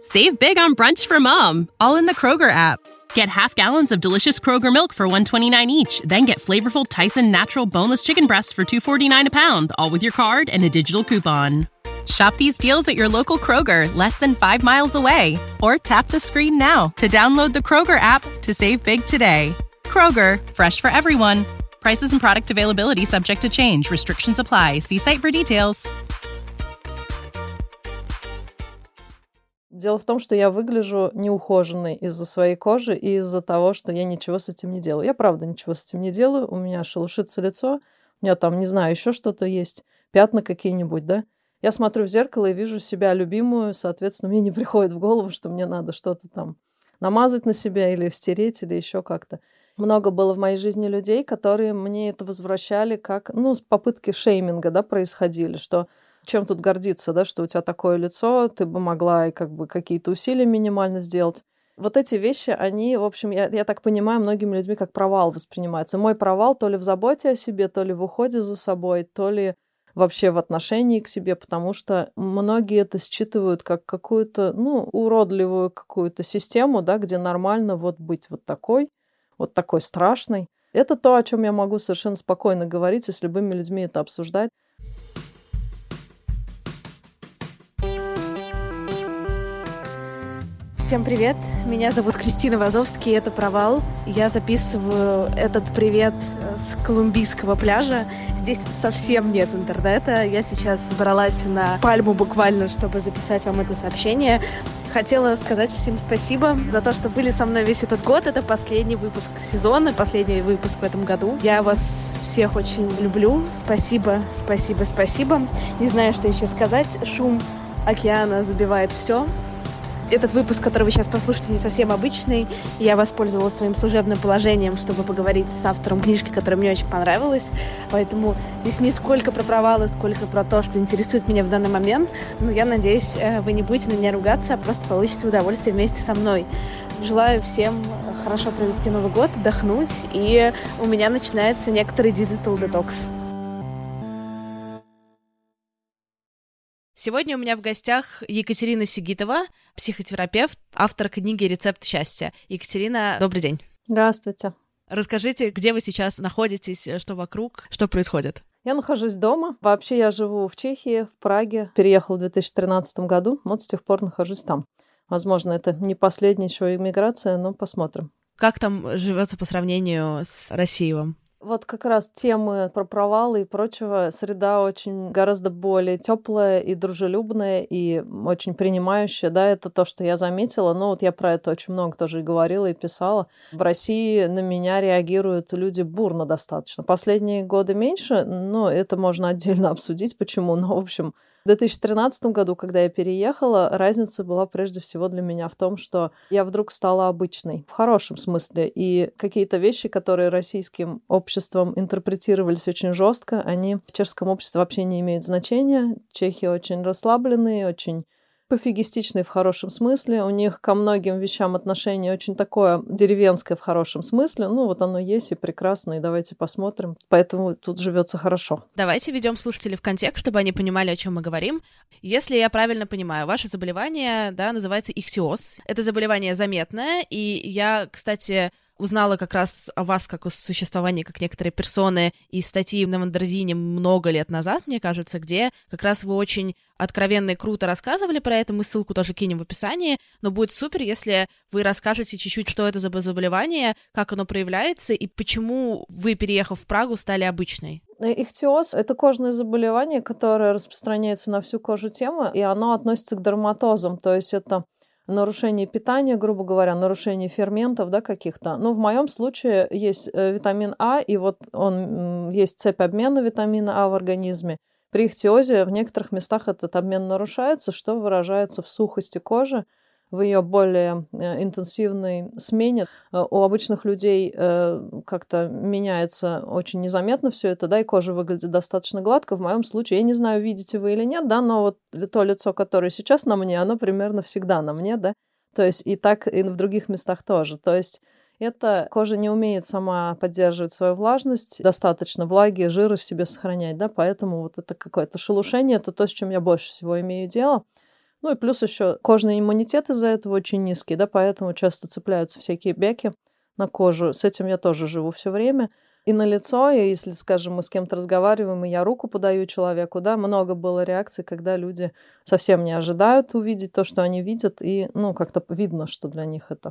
Save big on brunch for mom, all in the Kroger app. Get half gallons of delicious Kroger milk for $1.29 each. Then get flavorful Tyson natural boneless chicken breasts for $2.49 a pound, all with your card and a digital coupon. Shop these deals at your local Kroger, less than 5 miles away. Or tap the screen now to download the Kroger app to save big today. Kroger, fresh for everyone. Prices and product availability subject to change. Restrictions apply. See site for details. Дело в том, что я выгляжу неухоженной из-за своей кожи и из-за того, что я ничего с этим не делаю. Я правда ничего с этим не делаю. У меня шелушится лицо, у меня там, не знаю, еще что-то есть, пятна какие-нибудь, да. Я смотрю в зеркало и вижу себя любимую, соответственно, мне не приходит в голову, что мне надо что-то там намазать на себя или стереть, или еще как-то. Много было в моей жизни людей, которые мне это возвращали как, с попытки шейминга, да, происходили, что чем тут гордиться, да, что у тебя такое лицо, ты бы могла и как бы какие-то усилия минимально сделать. Вот эти вещи, они, в общем, я так понимаю, многими людьми как провал воспринимаются. Мой провал то ли в заботе о себе, то ли в уходе за собой, то ли вообще в отношении к себе, потому что многие это считывают как какую-то, уродливую какую-то систему, да, где нормально вот быть вот такой страшной. Это то, о чем я могу совершенно спокойно говорить и с любыми людьми это обсуждать. Всем привет, меня зовут Кристина Вазовский, это «Провал». Я записываю этот привет с колумбийского пляжа. Здесь совсем нет интернета. Я сейчас собралась на пальму буквально, чтобы записать вам это сообщение. Хотела сказать всем спасибо за то, что были со мной весь этот год. Это последний выпуск сезона, последний выпуск в этом году. Я вас всех очень люблю. Спасибо, спасибо, спасибо. Не знаю, что еще сказать. Шум океана забивает все. Этот выпуск, который вы сейчас послушаете, не совсем обычный. Я воспользовалась своим служебным положением, чтобы поговорить с автором книжки, которая мне очень понравилась. Поэтому здесь не сколько про провалы, сколько про то, что интересует меня в данный момент. Но я надеюсь, вы не будете на меня ругаться, а просто получите удовольствие вместе со мной. Желаю всем хорошо провести Новый год, отдохнуть, и у меня начинается некоторый digital detox. Сегодня у меня в гостях Екатерина Сигитова, психотерапевт, автор книги «Рецепт счастья». Екатерина, добрый день. Здравствуйте. Расскажите, где вы сейчас находитесь, что вокруг, что происходит? Я нахожусь дома. Вообще я живу в Чехии, в Праге. Переехала в 2013 году. Вот с тех пор нахожусь там. Возможно, это не последняя еще иммиграция, но посмотрим. Как там живется по сравнению с Россией вам? Вот как раз темы про провалы и прочего, среда очень гораздо более теплая и дружелюбная, и очень принимающая, да, это то, что я заметила, но вот я про это очень много тоже и говорила, и писала. В России на меня реагируют люди бурно достаточно. Последние годы меньше, но это можно отдельно обсудить, почему, но, в общем, в 2013 году, когда я переехала, разница была прежде всего для меня в том, что я вдруг стала обычной, в хорошем смысле, и какие-то вещи, которые российским обществом интерпретировались очень жестко, они в чешском обществе вообще не имеют значения. Чехи очень расслабленные, очень пофигистичные в хорошем смысле. У них ко многим вещам отношение очень такое деревенское в хорошем смысле. Вот оно есть и прекрасно, и давайте посмотрим. Поэтому тут живется хорошо. Давайте введем слушателей в контекст, чтобы они понимали, о чем мы говорим. Если я правильно понимаю, ваше заболевание, называется ихтиоз. Это заболевание заметное, и я, кстати, узнала как раз о вас как о существовании, как некоторые персоны из статьи на Вандерзине много лет назад, мне кажется, где как раз вы очень откровенно и круто рассказывали про это, мы ссылку тоже кинем в описании, но будет супер, если вы расскажете чуть-чуть, что это за заболевание, как оно проявляется и почему вы, переехав в Прагу, стали обычной. Ихтиоз — это кожное заболевание, которое распространяется на всю кожу тела, и оно относится к дерматозам, то есть это нарушение питания, грубо говоря, нарушение ферментов, каких-то. В моем случае есть витамин А, и вот есть цепь обмена витамина А в организме. При ихтиозе в некоторых местах этот обмен нарушается, что выражается в сухости кожи, в ее более интенсивной смене. У обычных людей как-то меняется очень незаметно все это, и кожа выглядит достаточно гладко. В моем случае, я не знаю, видите вы или нет, но вот то лицо, которое сейчас на мне, оно примерно всегда на мне, То есть и так, и в других местах тоже. То есть эта кожа не умеет сама поддерживать свою влажность, достаточно влаги, жира в себе сохранять, поэтому вот это какое-то шелушение, это то, с чем я больше всего имею дело. Ну и плюс еще кожный иммунитет из-за этого очень низкий, да, поэтому часто цепляются всякие бяки на кожу. С этим я тоже живу все время. И на лицо, и если, скажем, мы с кем-то разговариваем, и я руку подаю человеку, да, много было реакций, когда люди совсем не ожидают увидеть то, что они видят, и, как-то видно, что для них это.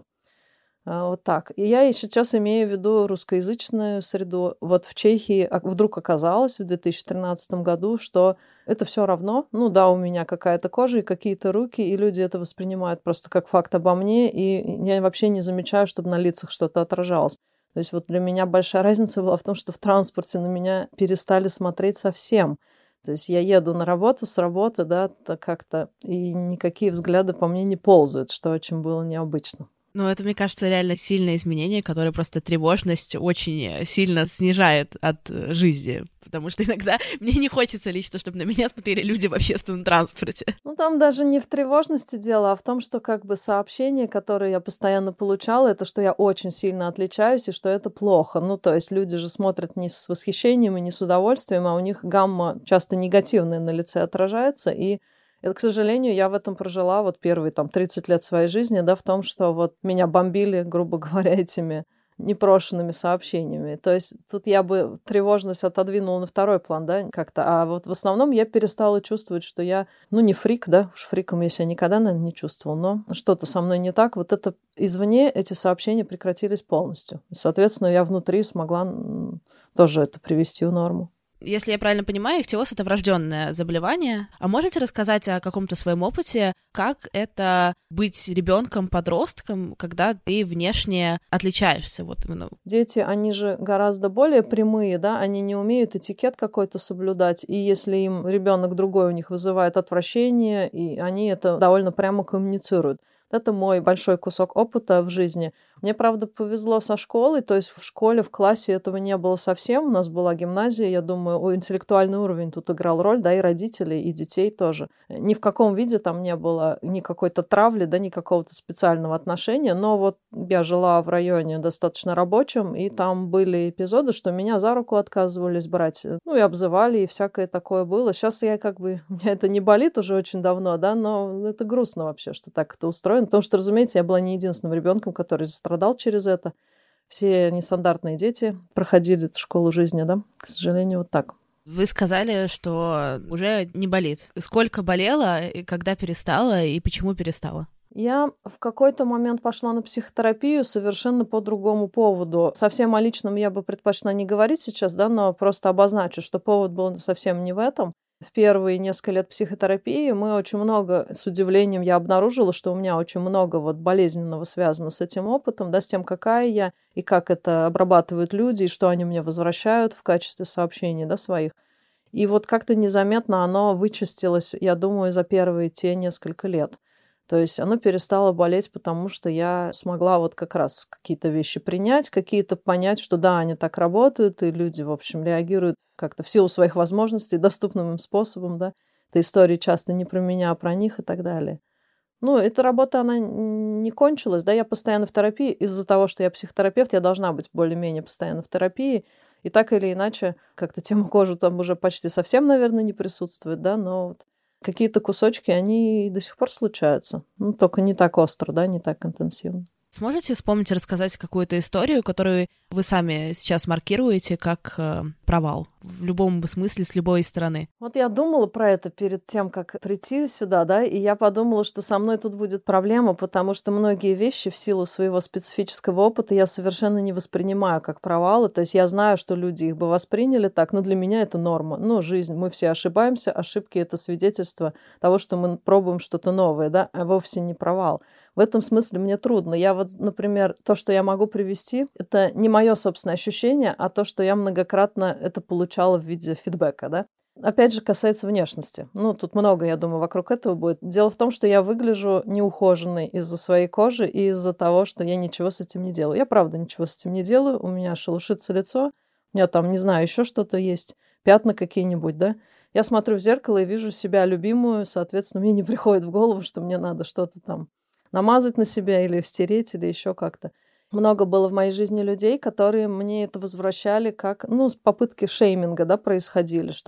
Вот так. И я сейчас имею в виду русскоязычную среду. Вот в Чехии вдруг оказалось в 2013 году, что это все равно. Ну да, у меня какая-то кожа и какие-то руки, и люди это воспринимают просто как факт обо мне, и я вообще не замечаю, чтобы на лицах что-то отражалось. То есть вот для меня большая разница была в том, что в транспорте на меня перестали смотреть совсем. То есть я еду на работу, с работы, да, как-то, и никакие взгляды по мне не ползают, что очень было необычно. Ну, это, мне кажется, реально сильное изменение, которое просто тревожность очень сильно снижает от жизни. Потому что иногда мне не хочется лично, чтобы на меня смотрели люди в общественном транспорте. Ну, там даже не в тревожности дело, а в том, что как бы сообщения, которые я постоянно получала, это что я очень сильно отличаюсь и что это плохо. Ну, то есть люди же смотрят не с восхищением и не с удовольствием, а у них гамма часто негативная на лице отражается, и это, к сожалению, я в этом прожила вот первые 30 лет своей жизни, да, в том, что вот меня бомбили, грубо говоря, этими непрошенными сообщениями. То есть тут я бы тревожность отодвинула на второй план, да, как-то. А вот в основном я перестала чувствовать, что я, не фрик, да, уж фриком я себя никогда, наверное, не чувствовала, но что-то со мной не так. Вот это извне эти сообщения прекратились полностью. И, соответственно, я внутри смогла тоже это привести в норму. Если я правильно понимаю, ихтиоз — это врожденное заболевание. А можете рассказать о каком-то своем опыте, как это быть ребенком-подростком, когда ты внешне отличаешься? Вот именно. Дети, они же гораздо более прямые, да, они не умеют этикет какой-то соблюдать, и если им ребенок другой у них вызывает отвращение, и они это довольно прямо коммуницируют. Это мой большой кусок опыта в жизни. Мне, правда, повезло со школой, то есть в школе, в классе этого не было совсем. У нас была гимназия, я думаю, интеллектуальный уровень тут играл роль, да, и родителей, и детей тоже. Ни в каком виде там не было ни какой-то травли, да, ни какого-то специального отношения, но вот я жила в районе достаточно рабочем, и там были эпизоды, что меня за руку отказывались брать, и обзывали, и всякое такое было. Сейчас у меня это не болит уже очень давно, да, но это грустно вообще, что так это устроено, потому что, разумеется, я была не единственным ребенком, который страдал через это. Все нестандартные дети проходили эту школу жизни, да, к сожалению, вот так. Вы сказали, что уже не болит. Сколько болело, и когда перестала, и почему перестала? Я в какой-то момент пошла на психотерапию совершенно по другому поводу. Совсем о личном я бы предпочла не говорить сейчас, да, но просто обозначу, что повод был совсем не в этом. В первые несколько лет психотерапии мы очень много, с удивлением я обнаружила, что у меня очень много вот болезненного связано с этим опытом, да, с тем, какая я, и как это обрабатывают люди, и что они мне возвращают в качестве сообщений, да, своих. И вот как-то незаметно оно вычистилось, я думаю, за первые те несколько лет. То есть оно перестало болеть, потому что я смогла вот как раз какие-то вещи принять, какие-то понять, что да, они так работают, и люди, в общем, реагируют как-то в силу своих возможностей доступным им способом, да. Это истории часто не про меня, а про них и так далее. Эта работа, она не кончилась, да, я постоянно в терапии. Из-за того, что я психотерапевт, я должна быть более-менее постоянно в терапии. И так или иначе, как-то тема кожи там уже почти совсем, наверное, не присутствует, да, но вот какие-то кусочки, они до сих пор случаются. Только не так остро, да, не так интенсивно. Сможете вспомнить, рассказать какую-то историю, которую вы сами сейчас маркируете как провал? В любом смысле, с любой стороны. Вот я думала про это перед тем, как прийти сюда, да, и я подумала, что со мной тут будет проблема, потому что многие вещи в силу своего специфического опыта я совершенно не воспринимаю как провалы. То есть я знаю, что люди их бы восприняли так, но для меня это норма. Жизнь, мы все ошибаемся, ошибки — это свидетельство того, что мы пробуем что-то новое, да, а вовсе не провал. В этом смысле мне трудно. Я вот, например, то, что я могу привести, это не мое собственное ощущение, а то, что я многократно это получала в виде фидбэка, да. Опять же, касается внешности. Тут много, я думаю, вокруг этого будет. Дело в том, что я выгляжу неухоженной из-за своей кожи и из-за того, что я ничего с этим не делаю. Я, правда, ничего с этим не делаю. У меня шелушится лицо, у меня там, не знаю, еще что-то есть, пятна какие-нибудь, да. Я смотрю в зеркало и вижу себя любимую, соответственно, мне не приходит в голову, что мне надо что-то там намазать на себя или стереть, или еще как-то. Много было в моей жизни людей, которые мне это возвращали как, с попытки шейминга, да, происходили, что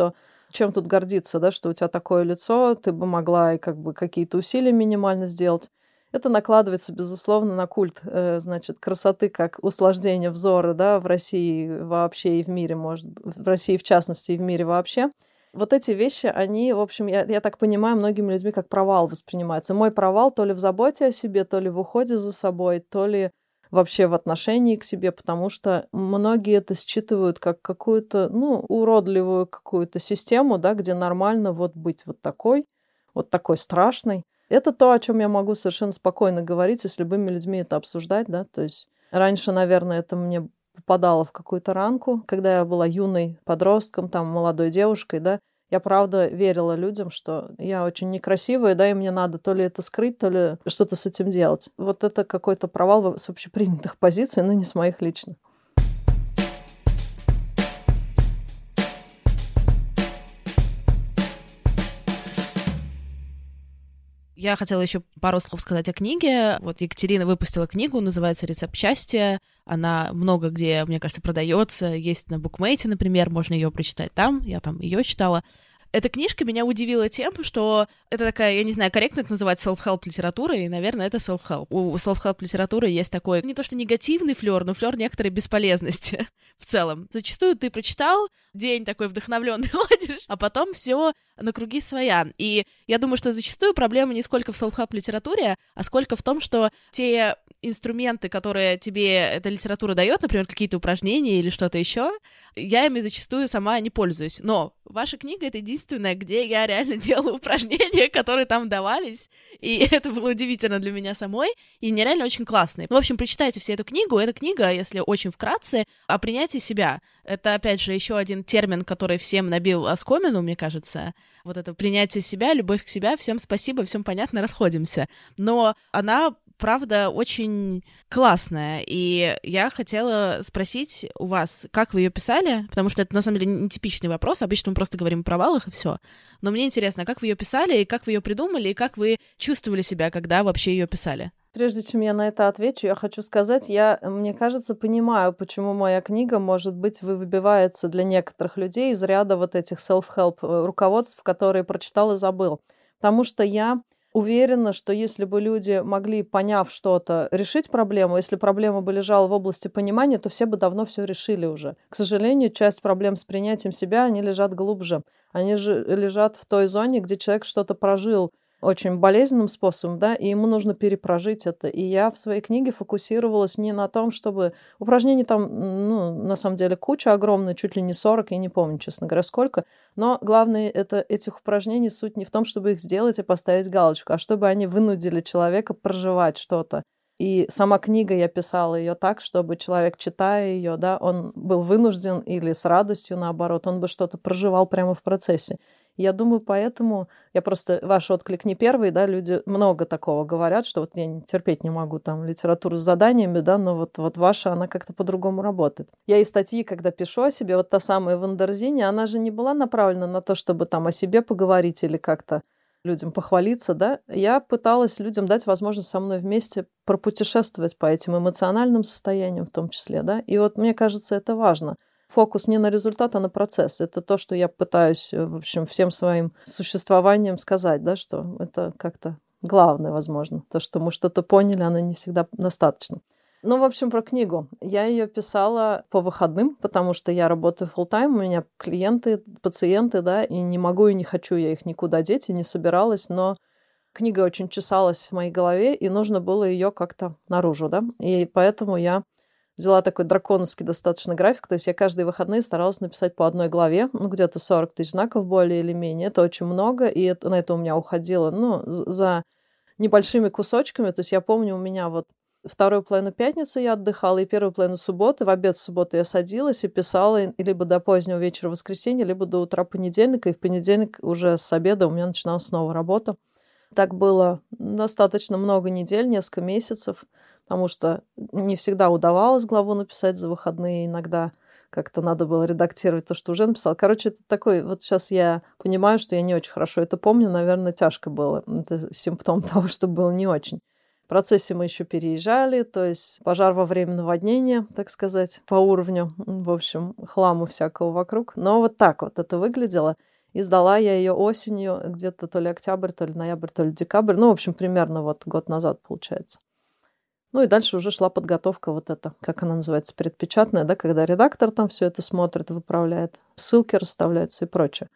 Чем тут гордиться, да, что у тебя такое лицо, ты бы могла и как бы какие-то усилия минимально сделать. Это накладывается, безусловно, на культ, значит, красоты как услаждение взора, да, в России вообще и в мире, может, в России в частности и в мире вообще. Вот эти вещи, они, в общем, я так понимаю, многими людьми как провал воспринимаются. Мой провал то ли в заботе о себе, то ли в уходе за собой, то ли вообще в отношении к себе, потому что многие это считывают как какую-то, ну, уродливую какую-то систему, да, где нормально вот быть вот такой страшной. Это то, о чем я могу совершенно спокойно говорить и с любыми людьми это обсуждать, да, то есть раньше, наверное, это мне попадало в какую-то ранку, когда я была юной подростком, там, молодой девушкой, да, я, правда, верила людям, что я очень некрасивая, да, и мне надо то ли это скрыть, то ли что-то с этим делать. Вот это какой-то провал с общепринятых позиций, но не с моих личных. Я хотела еще пару слов сказать о книге. Вот Екатерина выпустила книгу, называется «Рецепт счастья». Она много где, мне кажется, продается. Есть на Букмейте, например, можно ее прочитать там. Я там ее читала. Эта книжка меня удивила тем, что это такая, я не знаю, корректно это называть self-help литературой, и, наверное, это self-help. У self-help литературы есть такой, не то что негативный флёр, но флёр некоторой бесполезности в целом. Зачастую ты прочитал, день такой вдохновленный ходишь, а потом все на круги своя. И я думаю, что зачастую проблема не сколько в self-help литературе, а сколько в том, что те инструменты, которые тебе эта литература дает, например, какие-то упражнения или что-то еще, я ими зачастую сама не пользуюсь. Но ваша книга — это единственная, где я реально делала упражнения, которые там давались, и это было удивительно для меня самой, и нереально очень классные. Ну, в общем, прочитайте все эту книгу. Эта книга, если очень вкратце, о принятии себя. Это, опять же, еще один термин, который всем набил оскомину, мне кажется. Вот это принятие себя, любовь к себе. Всем спасибо, всем понятно, расходимся. Но она, правда, очень классная, и я хотела спросить у вас, как вы ее писали, потому что это, на самом деле, нетипичный вопрос, обычно мы просто говорим о провалах и все. Но мне интересно, как вы ее писали, и как вы ее придумали, и как вы чувствовали себя, когда вообще ее писали? Прежде чем я на это отвечу, я хочу сказать, мне кажется, понимаю, почему моя книга, может быть, выбивается для некоторых людей из ряда вот этих self-help руководств, которые прочитал и забыл. Потому что я уверена, что если бы люди могли, поняв что-то, решить проблему, если проблема бы лежала в области понимания, то все бы давно все решили уже. К сожалению, часть проблем с принятием себя, они лежат глубже. Они же лежат в той зоне, где человек что-то прожил очень болезненным способом, да, и ему нужно перепрожить это. И я в своей книге фокусировалась не на том, чтобы... Упражнений там, ну, на самом деле, куча огромная, чуть ли не 40, я не помню, честно говоря, сколько. Но главное, этих упражнений суть не в том, чтобы их сделать и поставить галочку, а чтобы они вынудили человека проживать что-то. И сама книга, я писала ее так, чтобы человек, читая ее, да, он был вынужден или с радостью, наоборот, он бы что-то проживал прямо в процессе. Я думаю, поэтому ваш отклик не первый, да, люди много такого говорят, что вот я терпеть не могу там литературу с заданиями, да, но вот ваша, она как-то по-другому работает. Я и статьи, когда пишу о себе, вот та самая Вандерзине, она же не была направлена на то, чтобы там о себе поговорить или как-то людям похвалиться, да. Я пыталась людям дать возможность со мной вместе пропутешествовать по этим эмоциональным состояниям в том числе, да. И вот мне кажется, это важно. Фокус не на результат, а на процесс. Это то, что я пытаюсь, в общем, всем своим существованием сказать, да, что это как-то главное, возможно. То, что мы что-то поняли, оно не всегда достаточно. Ну, в общем, про книгу. Я ее писала по выходным, потому что я работаю full-time, у меня клиенты, пациенты, да, и не могу и не хочу я их никуда деть, и не собиралась, но книга очень чесалась в моей голове, и нужно было ее как-то наружу, да. И поэтому я взяла такой драконовский достаточно график, то есть я каждые выходные старалась написать по одной главе, ну, где-то 40 тысяч знаков более или менее. Это очень много, и на это у меня уходило, ну, за небольшими кусочками. То есть я помню, у меня вот вторую половину пятницы я отдыхала, и первую половину субботы, в обед в субботу я садилась и писала либо до позднего вечера воскресенья, либо до утра понедельника, и в понедельник уже с обеда у меня начиналась снова работа. Так было достаточно много недель, несколько месяцев, потому что не всегда удавалось главу написать за выходные, иногда как-то надо было редактировать то, что уже написал. Короче, это такой... Вот сейчас я понимаю, что я не очень хорошо это помню, наверное, тяжко было. Это симптом того, что было не очень. В процессе мы еще переезжали, то есть пожар во время наводнения, так сказать, по уровню, в общем, хламу всякого вокруг. Но вот так вот это выглядело. И сдала я ее осенью, где-то то ли октябрь, то ли ноябрь, то ли декабрь. Ну, в общем, примерно вот год назад, получается. Ну и дальше уже шла подготовка вот эта, как она называется, предпечатная, да, когда редактор там все это смотрит, выправляет, ссылки расставляются и прочее.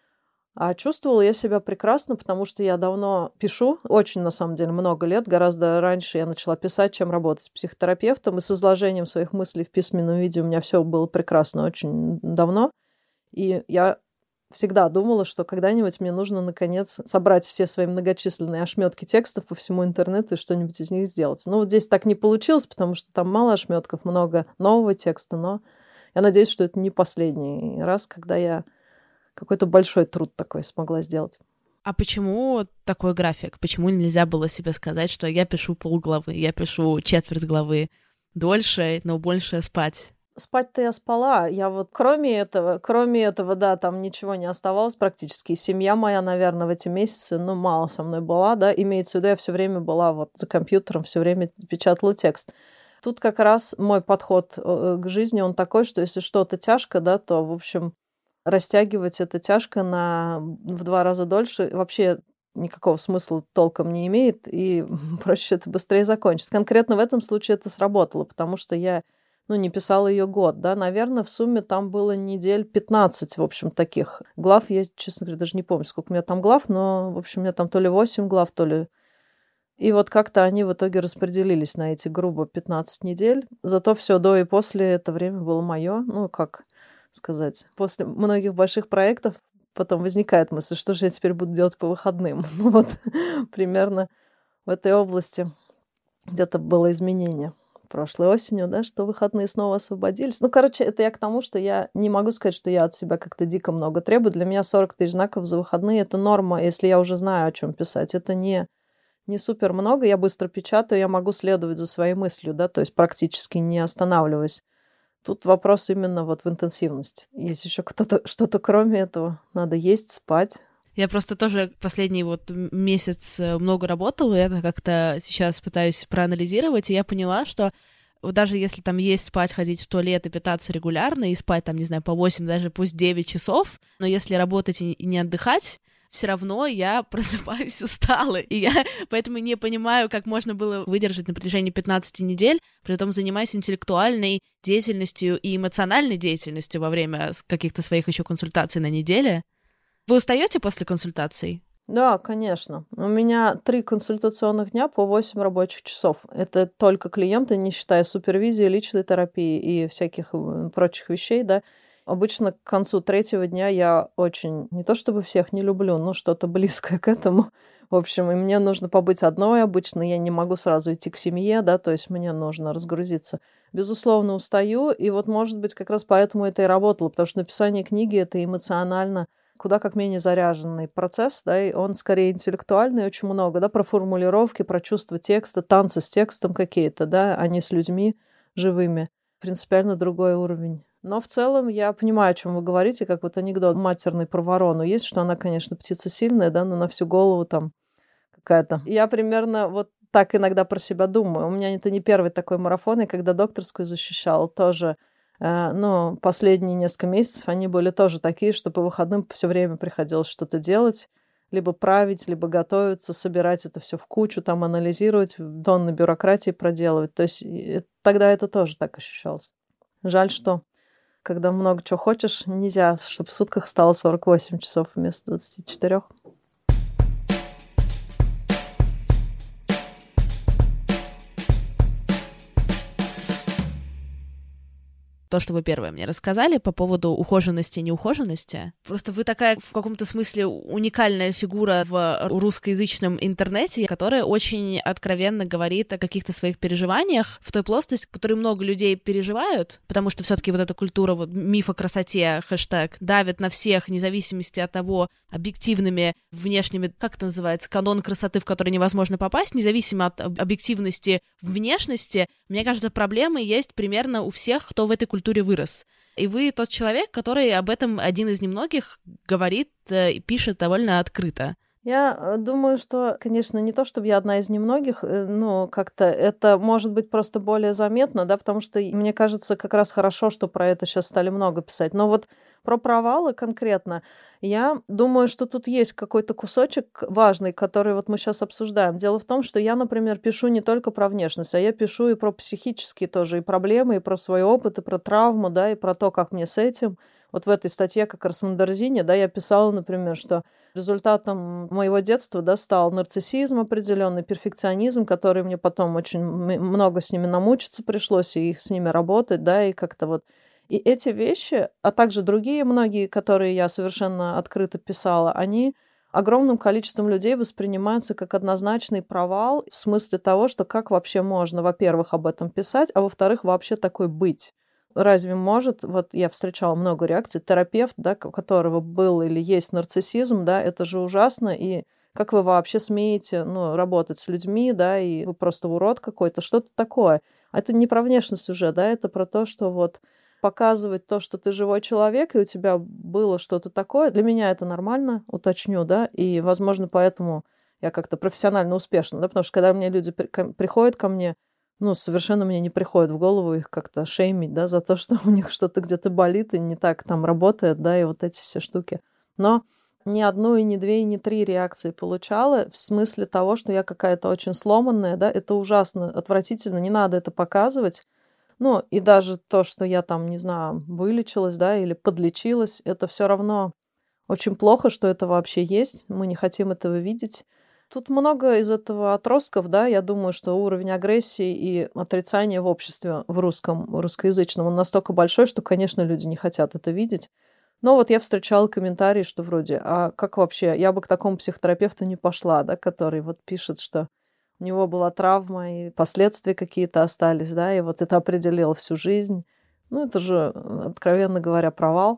А чувствовала я себя прекрасно, потому что я давно пишу, очень, на самом деле, много лет. Гораздо раньше я начала писать, чем работать психотерапевтом. И с изложением своих мыслей в письменном виде у меня все было прекрасно очень давно. И я всегда думала, что когда-нибудь мне нужно, наконец, собрать все свои многочисленные ошметки текстов по всему интернету и что-нибудь из них сделать. Ну, вот здесь так не получилось, потому что там мало ошметков, много нового текста, но я надеюсь, что это не последний раз, когда я какой-то большой труд такой смогла сделать. А почему такой график? Почему нельзя было себе сказать, что я пишу полглавы, я пишу четверть главы, дольше, но больше спать? Спать-то я спала. Я вот кроме этого, да, там ничего не оставалось практически. Семья моя, наверное, в эти месяцы, мало со мной была, да. Имеется в виду, я все время была вот за компьютером, все время печатала текст. Тут как раз мой подход к жизни, он такой, что если что-то тяжко, да, то, в общем, растягивать это тяжко в 2 раза дольше вообще никакого смысла толком не имеет, и проще это быстрее закончить. Конкретно в этом случае это сработало, потому что я не писала ее год, да, наверное, в сумме там было недель 15, в общем, таких глав. Я, честно говоря, даже не помню, сколько у меня там глав, но, в общем, у меня там то ли 8 глав, то ли... И вот как-то они в итоге распределились на эти грубо 15 недель. Зато все до и после это время было мое, как сказать, после многих больших проектов потом возникает мысль, что же я теперь буду делать по выходным. Вот примерно в этой области где-то было изменение прошлой осенью, да, что выходные снова освободились. Это я к тому, что я не могу сказать, что я от себя как-то дико много требую. Для меня 40 тысяч знаков за выходные — это норма, если я уже знаю, о чем писать. Это не супер много, я быстро печатаю, я могу следовать за своей мыслью, да, то есть практически не останавливаясь. Тут вопрос именно вот в интенсивности. Есть еще что-то кроме этого. Надо есть, спать. Я просто тоже последний месяц много работала, и это как-то сейчас пытаюсь проанализировать, и я поняла, что даже если там есть, спать, ходить в туалет и питаться регулярно, и спать там, не знаю, по 8, даже пусть 9 часов, но если работать и не отдыхать, все равно я просыпаюсь устала. И я поэтому не понимаю, как можно было выдержать на протяжении 15 недель, при этом занимаясь интеллектуальной деятельностью и эмоциональной деятельностью во время каких-то своих еще консультаций на неделе. Вы устаете после консультаций? Да, конечно. У меня 3 консультационных дня по 8 рабочих часов. Это только клиенты, не считая супервизии, личной терапии и всяких прочих вещей, да. Обычно к концу 3-го дня я очень, не то чтобы всех не люблю, но что-то близкое к этому. В общем, и мне нужно побыть одной обычно, я не могу сразу идти к семье, да, то есть мне нужно разгрузиться. Безусловно, устаю, и вот, может быть, как раз поэтому это и работало, потому что написание книги — это эмоционально куда как менее заряженный процесс, да, и он скорее интеллектуальный, очень много, да, про формулировки, про чувство текста, танцы с текстом какие-то, да, а не с людьми живыми. Принципиально другой уровень. Но в целом я понимаю, о чем вы говорите, как вот анекдот матерный про ворону есть, что она, конечно, птица сильная, да, но на всю голову там какая-то. Я примерно вот так иногда про себя думаю. У меня это не первый такой марафон, и когда докторскую защищала, тоже, последние несколько месяцев они были тоже такие, что по выходным все время приходилось что-то делать, либо править, либо готовиться, собирать это все в кучу, там анализировать, тонны бюрократии проделывать. То есть тогда это тоже так ощущалось. Жаль, что когда много чего хочешь, нельзя, чтобы в сутках стало 48 часов вместо 24. То, что вы первое мне рассказали по поводу ухоженности и неухоженности. Просто вы такая в каком-то смысле уникальная фигура в русскоязычном интернете, которая очень откровенно говорит о каких-то своих переживаниях в той плоскости, которую много людей переживают, потому что все-таки вот эта культура миф о красоте, хэштег, давит на всех, вне зависимости от того, объективными, внешними, как это называется, канон красоты, в который невозможно попасть, независимо от объективности внешности. Мне кажется, проблемы есть примерно у всех, кто в этой культуре вырос. И вы тот человек, который об этом один из немногих говорит и пишет довольно открыто. Я думаю, что, конечно, не то, чтобы я одна из немногих, но как-то это может быть просто более заметно, да, потому что мне кажется, как раз хорошо, что про это сейчас стали много писать. Но вот про провалы конкретно, я думаю, что тут есть какой-то кусочек важный, который вот мы сейчас обсуждаем. Дело в том, что я, например, пишу не только про внешность, а я пишу и про психические тоже, и проблемы, и про свой опыт, и про травму, да, и про то, как мне с этим. Вот в этой статье как раз в Мандерзине, да, я писала, например, что результатом моего детства, да, стал нарциссизм определенный, перфекционизм, который мне потом очень много с ними намучиться пришлось, и с ними работать, да, и как-то вот. И эти вещи, а также другие многие, которые я совершенно открыто писала, они огромным количеством людей воспринимаются как однозначный провал в смысле того, что как вообще можно, во-первых, об этом писать, а во-вторых, вообще такой быть. Разве может, вот я встречала много реакций, терапевт, да, у которого был или есть нарциссизм, да, это же ужасно, и как вы вообще смеете, ну, работать с людьми, да, и вы просто урод какой-то, что-то такое. А это не про внешность уже, да, это про то, что вот показывать то, что ты живой человек, и у тебя было что-то такое, для меня это нормально, уточню, да, и, возможно, поэтому я как-то профессионально успешна, да, потому что когда мне люди приходят ко мне, ну, совершенно мне не приходит в голову их как-то шеймить, да, за то, что у них что-то где-то болит и не так там работает, да, и вот эти все штуки. Но ни одну, и ни две, и ни три реакции получала в смысле того, что я какая-то очень сломанная, да, это ужасно, отвратительно, не надо это показывать. Ну, и даже то, что я там, не знаю, вылечилась, да, или подлечилась, это все равно очень плохо, что это вообще есть, мы не хотим этого видеть. Тут много из этого отростков, да, я думаю, что уровень агрессии и отрицания в обществе в русскоязычном, он настолько большой, что, конечно, люди не хотят это видеть. Но вот я встречала комментарии, что вроде, а как вообще, я бы к такому психотерапевту не пошла, да, который вот пишет, что у него была травма, и последствия какие-то остались, да, и вот это определило всю жизнь. Ну, это же, откровенно говоря, провал.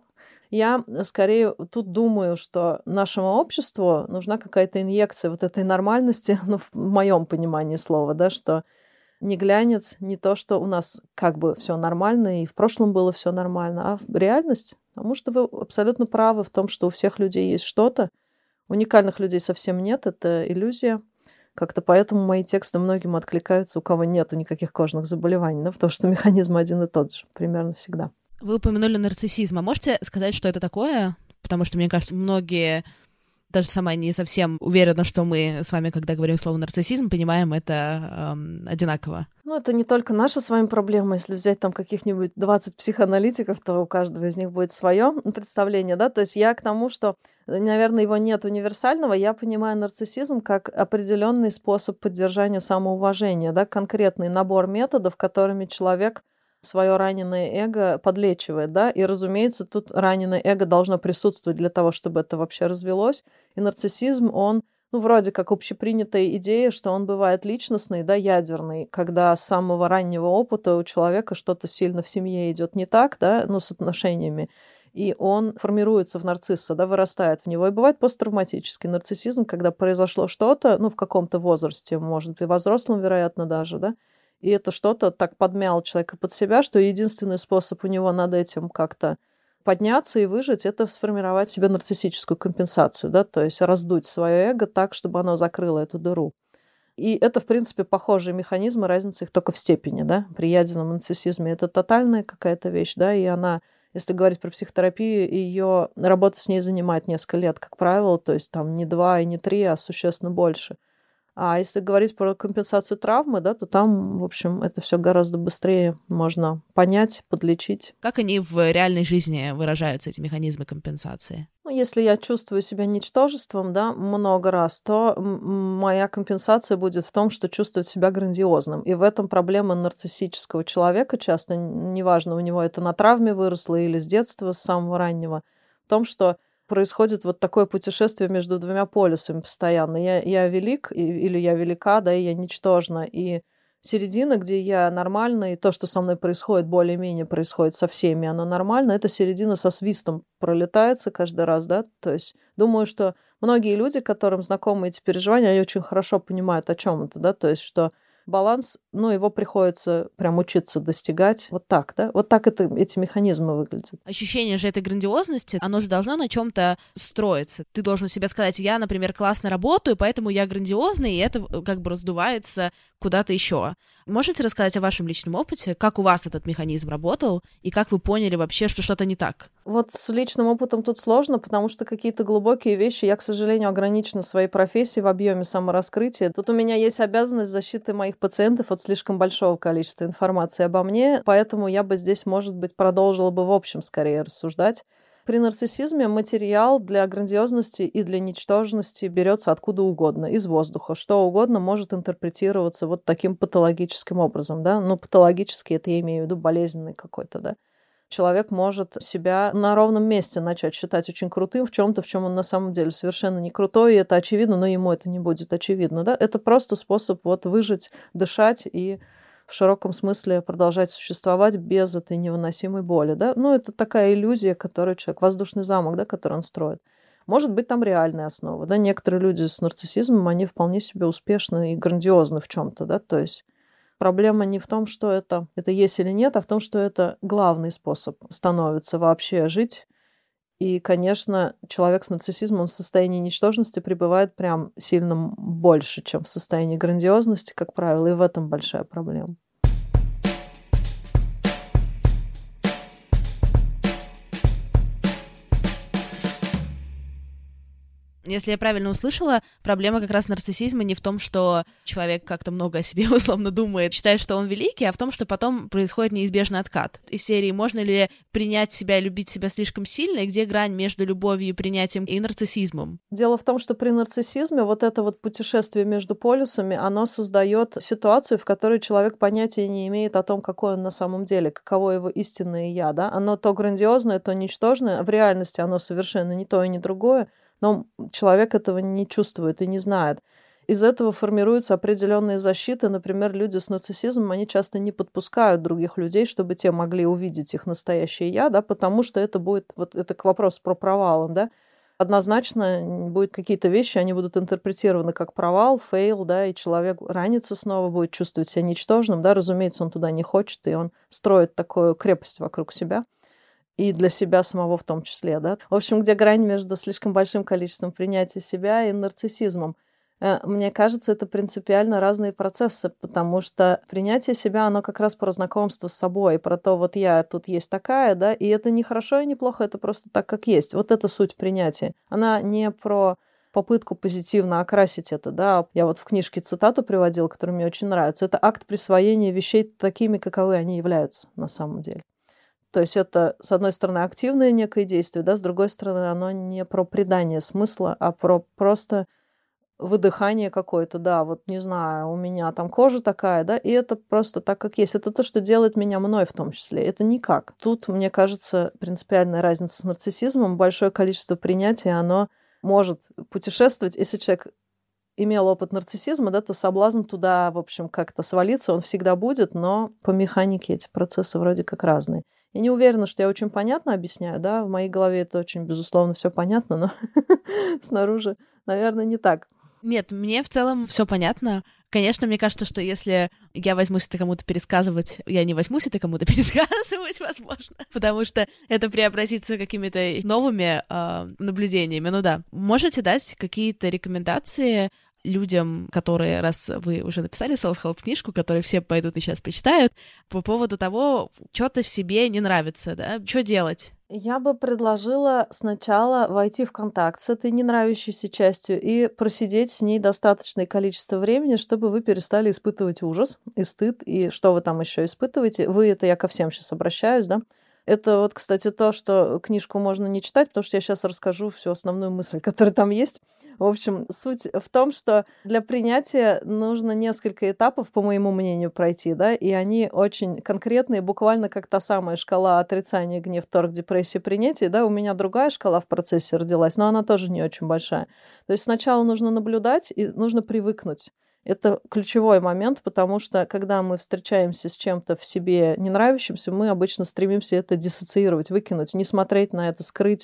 Я скорее тут думаю, что нашему обществу нужна какая-то инъекция вот этой нормальности, ну, в моем понимании слова, да, что не глянец, не то, что у нас как бы все нормально, и в прошлом было все нормально, а реальность. Потому что вы абсолютно правы в том, что у всех людей есть что-то. Уникальных людей совсем нет, это иллюзия. Как-то поэтому мои тексты многим откликаются, у кого нету никаких кожных заболеваний, да, потому что механизм один и тот же, примерно всегда. Вы упомянули нарциссизм. А можете сказать, что это такое? Потому что, мне кажется, многие, даже сама не совсем уверена, что мы с вами, когда говорим слово нарциссизм, понимаем это одинаково. Ну, это не только наша с вами проблема. Если взять там каких-нибудь 20 психоаналитиков, то у каждого из них будет свое представление, да. То есть я к тому, что, наверное, его нет универсального. Я понимаю нарциссизм как определенный способ поддержания самоуважения, да, конкретный набор методов, которыми человек свое раненое эго подлечивает, да, и, разумеется, тут раненое эго должно присутствовать для того, чтобы это вообще развелось. И нарциссизм, он, ну, вроде как общепринятая идея, что он бывает личностный, да, ядерный, когда с самого раннего опыта у человека что-то сильно в семье идет не так, да, ну, с отношениями, и он формируется в нарцисса, да, вырастает в него. И бывает посттравматический нарциссизм, когда произошло что-то, ну, в каком-то возрасте, может быть, во взрослом, вероятно, даже, да, и это что-то так подмяло человека под себя, что единственный способ у него над этим как-то подняться и выжить — это сформировать себе нарциссическую компенсацию, да, то есть раздуть свое эго так, чтобы оно закрыло эту дыру. И это, в принципе, похожие механизмы, разница их только в степени, да. При ядерном нарциссизме это тотальная какая-то вещь, да, и она, если говорить про психотерапию, ее работа с ней занимает несколько лет, как правило, то есть там не 2 и не 3, а существенно больше. А если говорить про компенсацию травмы, да, то там, в общем, это все гораздо быстрее можно понять, подлечить. Как они в реальной жизни выражаются, эти механизмы компенсации? Ну, если я чувствую себя ничтожеством, да, много раз, то моя компенсация будет в том, что чувствовать себя грандиозным. И в этом проблема нарциссического человека часто, неважно, у него это на травме выросло или с детства, с самого раннего, в том, что происходит вот такое путешествие между двумя полюсами постоянно. Я велик, или я велика, да, и я ничтожна. И середина, где я нормальна, и то, что со мной происходит, более-менее происходит со всеми, оно нормально, это середина со свистом пролетается каждый раз, да. То есть думаю, что многие люди, которым знакомы эти переживания, они очень хорошо понимают, о чем это, да, то есть что баланс, его приходится прям учиться достигать. Вот так, да? Вот так эти механизмы выглядят. Ощущение же этой грандиозности, оно же должно на чем-то строиться. Ты должен себе сказать, я, например, классно работаю, поэтому я грандиозный, и это как бы раздувается куда-то еще. Можете рассказать о вашем личном опыте, как у вас этот механизм работал, и как вы поняли вообще, что что-то не так? Вот с личным опытом тут сложно, потому что какие-то глубокие вещи, я, к сожалению, ограничена своей профессией в объеме самораскрытия. Тут у меня есть обязанность защиты моих пациентов от слишком большого количества информации обо мне, поэтому я бы здесь, может быть, продолжила бы в общем скорее рассуждать. При нарциссизме материал для грандиозности и для ничтожности берется откуда угодно, из воздуха. Что угодно может интерпретироваться вот таким патологическим образом, да? Патологический, это я имею в виду болезненный какой-то, да? Человек может себя на ровном месте начать считать очень крутым в чем-то, в чем он на самом деле совершенно не крутой, и это очевидно, но ему это не будет очевидно, да? Это просто способ выжить, дышать и в широком смысле продолжать существовать без этой невыносимой боли, да? Это такая иллюзия, которую человек, воздушный замок, да, который он строит. Может быть, там реальная основа, да? Некоторые люди с нарциссизмом, они вполне себе успешны и грандиозны в чем-то, да? То есть проблема не в том, что это есть или нет, а в том, что это главный способ становится вообще жить. И, конечно, человек с нарциссизмом, он в состоянии ничтожности пребывает прям сильно больше, чем в состоянии грандиозности, как правило, и в этом большая проблема. Если я правильно услышала, проблема как раз нарциссизма не в том, что человек как-то много о себе условно думает, считает, что он великий, а в том, что потом происходит неизбежный откат. Из серии «Можно ли принять себя и любить себя слишком сильно?» и где грань между любовью и принятием и нарциссизмом? Дело в том, что при нарциссизме это путешествие между полюсами, оно создает ситуацию, в которой человек понятия не имеет о том, какой он на самом деле, каково его истинное «я». Да? Оно то грандиозное, то ничтожное. В реальности оно совершенно не то и не другое. Но человек этого не чувствует и не знает. Из этого формируются определенные защиты. Например, люди с нарциссизмом, они часто не подпускают других людей, чтобы те могли увидеть их настоящее «я», да, потому что это будет, это к вопросу про провал, да, однозначно будут какие-то вещи, они будут интерпретированы как провал, фейл, да, и человек ранится снова, будет чувствовать себя ничтожным, да, разумеется, он туда не хочет, и он строит такую крепость вокруг себя. И для себя самого в том числе, да. В общем, где грань между слишком большим количеством принятия себя и нарциссизмом? Мне кажется, это принципиально разные процессы, потому что принятие себя, оно как раз про знакомство с собой, про то, я тут есть такая, да, и это не хорошо и не плохо, это просто так, как есть. Вот это суть принятия. Она не про попытку позитивно окрасить это, да. Я в книжке цитату приводила, которая мне очень нравится. Это акт присвоения вещей такими, каковы они являются на самом деле. То есть это, с одной стороны, активное некое действие, да, с другой стороны, оно не про придание смысла, а про просто выдыхание какое-то, да, не знаю, у меня там кожа такая, да, и это просто так, как есть. Это то, что делает меня мной в том числе. Это никак. Тут, мне кажется, принципиальная разница с нарциссизмом. Большое количество принятия, оно может путешествовать. Если человек имел опыт нарциссизма, да, то соблазн туда, в общем, как-то свалиться, он всегда будет, но по механике эти процессы вроде как разные. Я не уверена, что я очень понятно объясняю, да, в моей голове это очень, безусловно, все понятно, но снаружи, наверное, не так. Нет, мне в целом все понятно. Конечно, мне кажется, что если я возьмусь это кому-то пересказывать, я не возьмусь это кому-то пересказывать, возможно, потому что это преобразится какими-то новыми наблюдениями. Ну да. Можете дать какие-то рекомендации людям, которые, раз вы уже написали self-help книжку, которую все пойдут и сейчас почитают, по поводу того, что-то в себе не нравится, да? Что делать? Я бы предложила сначала войти в контакт с этой ненравящейся частью и просидеть с ней достаточное количество времени, чтобы вы перестали испытывать ужас и стыд, и что вы там еще испытываете. Вы, это я ко всем сейчас обращаюсь, да? Это кстати, то, что книжку можно не читать, потому что я сейчас расскажу всю основную мысль, которая там есть. В общем, суть в том, что для принятия нужно несколько этапов, по моему мнению, пройти, да, и они очень конкретные, буквально как та самая шкала отрицания, гнев, торг, депрессия, принятия, да, у меня другая шкала в процессе родилась, но она тоже не очень большая. То есть сначала нужно наблюдать и нужно привыкнуть. Это ключевой момент, потому что, когда мы встречаемся с чем-то в себе не нравящимся, мы обычно стремимся это диссоциировать, выкинуть, не смотреть на это, скрыть,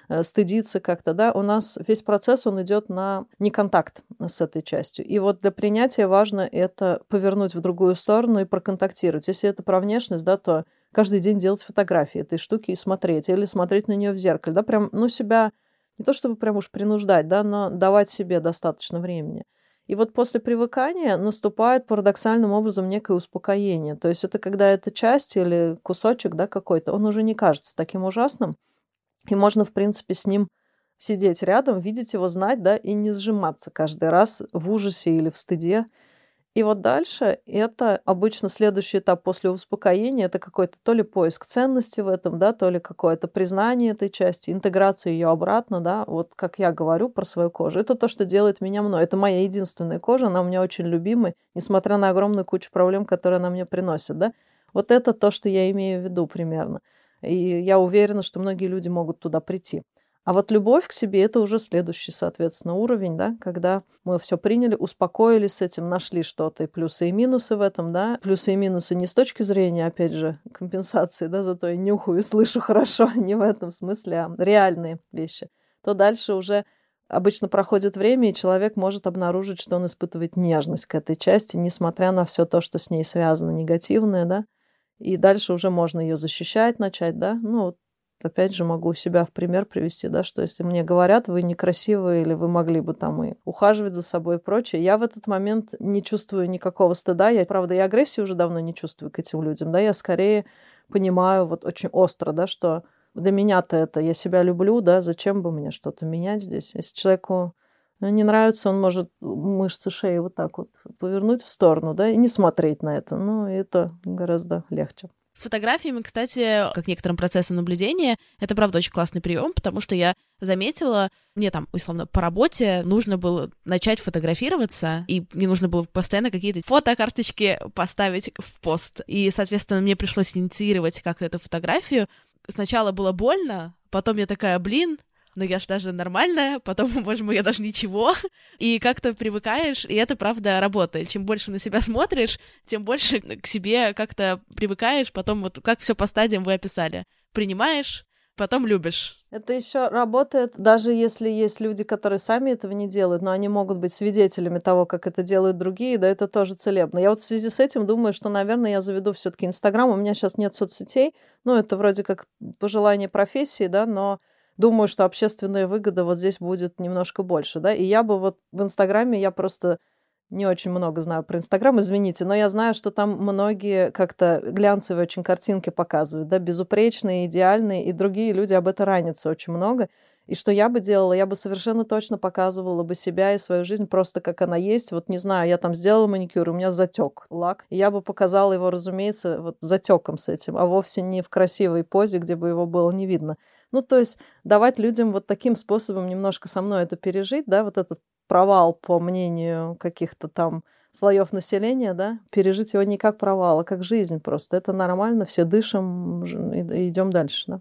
стыдиться как-то, да, у нас весь процесс, он идет на неконтакт с этой частью. И вот для принятия важно это повернуть в другую сторону и проконтактировать. Если это про внешность, да, то каждый день делать фотографии этой штуки и смотреть, или смотреть на нее в зеркале, да, прям, себя не то чтобы прям уж принуждать, да, но давать себе достаточно времени. И вот после привыкания наступает парадоксальным образом некое успокоение. То есть это когда эта часть или кусочек, да, какой-то, он уже не кажется таким ужасным, и можно, в принципе, с ним сидеть рядом, видеть его, знать, да, и не сжиматься каждый раз в ужасе или в стыде. И вот дальше это обычно следующий этап после успокоения, это какой-то то ли поиск ценности в этом, да, то ли какое-то признание этой части, интеграция ее обратно, да, вот как я говорю про свою кожу. Это то, что делает меня мной. Это моя единственная кожа, она у меня очень любимая, несмотря на огромную кучу проблем, которые она мне приносит, да. Вот это то, что я имею в виду примерно. И я уверена, что многие люди могут туда прийти. А вот любовь к себе — это уже следующий, соответственно, уровень, да, когда мы все приняли, успокоились с этим, нашли что-то, и плюсы и минусы в этом, да. Плюсы и минусы не с точки зрения, опять же, компенсации, да, зато я нюхаю и слышу хорошо, не в этом смысле, а реальные вещи. То дальше уже обычно проходит время, и человек может обнаружить, что он испытывает нежность к этой части, несмотря на все то, что с ней связано, негативное, да. И дальше уже можно ее защищать, начать, да. Опять же, могу себя в пример привести, да, что если мне говорят, вы некрасивые, или вы могли бы там и ухаживать за собой и прочее, я в этот момент не чувствую никакого стыда. Я, правда, и агрессии уже давно не чувствую к этим людям, да, я скорее понимаю вот очень остро, да, что для меня-то это, я себя люблю, да, зачем бы мне что-то менять здесь? Если человеку не нравится, он может мышцы шеи вот так вот повернуть в сторону, да, и не смотреть на это. Это гораздо легче. С фотографиями, кстати, как некоторым процессом наблюдения, это, правда, очень классный прием, потому что я заметила, мне там, условно, по работе нужно было начать фотографироваться, и мне нужно было постоянно какие-то фотокарточки поставить в пост. И, соответственно, мне пришлось инициировать как-то эту фотографию. Сначала было больно, потом я такая, но я же даже нормальная, потом, боже мой, я даже ничего. И как-то привыкаешь, и это, правда, работает. Чем больше на себя смотришь, тем больше к себе как-то привыкаешь, потом вот как все по стадиям вы описали. Принимаешь, потом любишь. Это еще работает, даже если есть люди, которые сами этого не делают, но они могут быть свидетелями того, как это делают другие, да, это тоже целебно. Я вот в связи с этим думаю, что, наверное, я заведу все-таки Инстаграм. У меня сейчас нет соцсетей, это вроде как пожелание профессии, да, но думаю, что общественная выгода вот здесь будет немножко больше, да, и я бы вот в Инстаграме, я просто не очень много знаю про Инстаграм, извините, но я знаю, что там многие как-то глянцевые очень картинки показывают, да, безупречные, идеальные, и другие люди об этом ранятся очень много. И что я бы делала? Я бы совершенно точно показывала бы себя и свою жизнь просто как она есть. Вот не знаю, я там сделала маникюр, у меня затек лак. И я бы показала его, разумеется, вот затеком с этим, а вовсе не в красивой позе, где бы его было не видно. То есть давать людям вот таким способом немножко со мной это пережить, да, вот этот провал, по мнению каких-то там слоев населения, да, пережить его не как провал, а как жизнь просто. Это нормально, все дышим и идем дальше, да.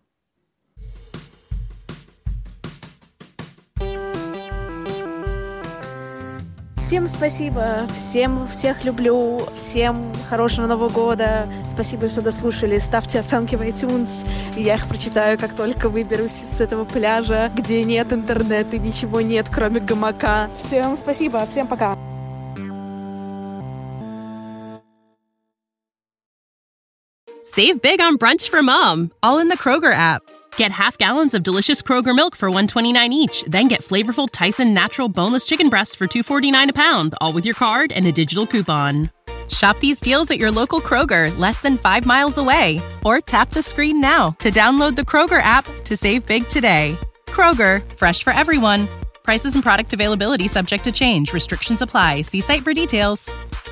Всем спасибо, всех люблю, всем хорошего Нового года. Спасибо, что дослушали. Ставьте оценки в iTunes, и я их прочитаю, как только выберусь с этого пляжа, где нет интернета и ничего нет, кроме гамака. Всем спасибо, всем пока. Save big on brunch for mom, all in the Kroger app. Get half gallons of delicious Kroger milk for $1.29 each. Then get flavorful Tyson natural boneless chicken breasts for $2.49 a pound, all with your card and a digital coupon. Shop these deals at your local Kroger, less than 5 miles away. Or tap the screen now to download the Kroger app to save big today. Kroger, fresh for everyone. Prices and product availability subject to change. Restrictions apply. See site for details.